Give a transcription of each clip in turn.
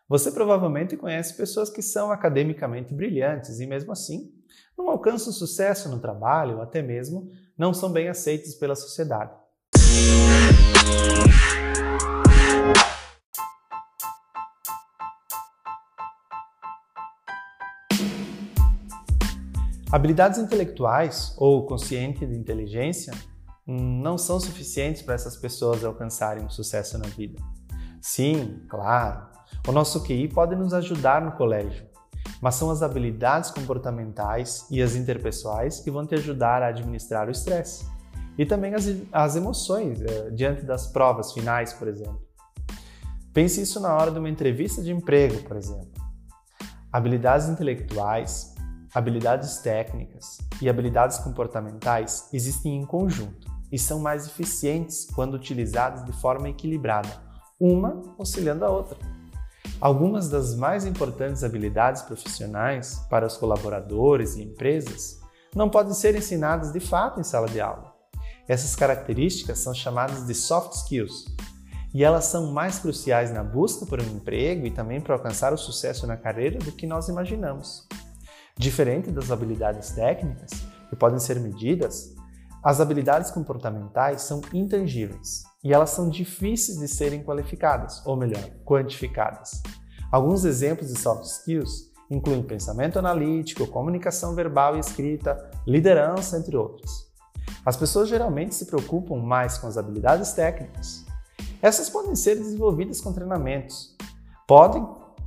Você provavelmente conhece pessoas que são academicamente brilhantes e, mesmo assim, não alcançam sucesso no trabalho ou até mesmo não são bem aceitos pela sociedade. Habilidades intelectuais ou consciente de inteligência não são suficientes para essas pessoas alcançarem um sucesso na vida. Sim, claro, o nosso QI pode nos ajudar no colégio, mas são as habilidades comportamentais e as interpessoais que vão te ajudar a administrar o estresse e também as emoções diante das provas finais, por exemplo. Pense isso na hora de uma entrevista de emprego, por exemplo. Habilidades intelectuais, habilidades técnicas e habilidades comportamentais existem em conjunto e são mais eficientes quando utilizadas de forma equilibrada, uma auxiliando a outra. Algumas das mais importantes habilidades profissionais para os colaboradores e empresas não podem ser ensinadas de fato em sala de aula. Essas características são chamadas de soft skills e elas são mais cruciais na busca por um emprego e também para alcançar o sucesso na carreira do que nós imaginamos. Diferente das habilidades técnicas, que podem ser medidas, as habilidades comportamentais são intangíveis e elas são difíceis de serem qualificadas, ou melhor, quantificadas. Alguns exemplos de soft skills incluem pensamento analítico, comunicação verbal e escrita, liderança, entre outros. As pessoas geralmente se preocupam mais com as habilidades técnicas. Essas podem ser desenvolvidas com treinamentos. Podem,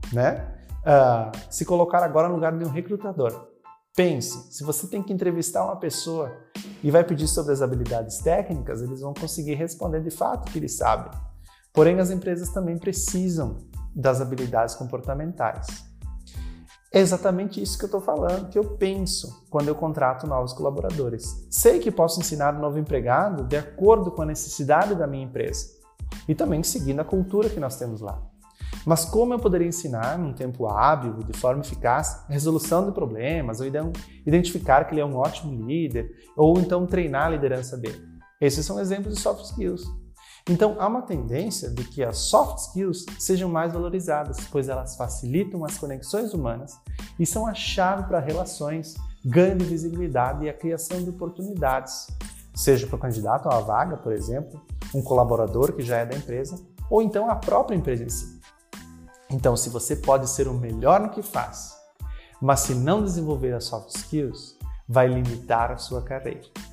se colocar agora no lugar de um recrutador. Pense, se você tem que entrevistar uma pessoa e vai pedir sobre as habilidades técnicas, eles vão conseguir responder de fato o que eles sabem. Porém, as empresas também precisam das habilidades comportamentais. É exatamente isso que eu estou falando, que eu penso quando eu contrato novos colaboradores. Sei que posso ensinar um novo empregado de acordo com a necessidade da minha empresa e também seguindo a cultura que nós temos lá. Mas como eu poderia ensinar, num tempo hábil e de forma eficaz, a resolução de problemas, ou identificar que ele é um ótimo líder, ou então treinar a liderança dele? Esses são exemplos de soft skills. Então, há uma tendência de que as soft skills sejam mais valorizadas, pois elas facilitam as conexões humanas e são a chave para relações, ganho de visibilidade e a criação de oportunidades, seja para o candidato a uma vaga, por exemplo, um colaborador que já é da empresa, ou então a própria empresa em si. Então, se você pode ser o melhor no que faz, mas se não desenvolver as soft skills, vai limitar a sua carreira.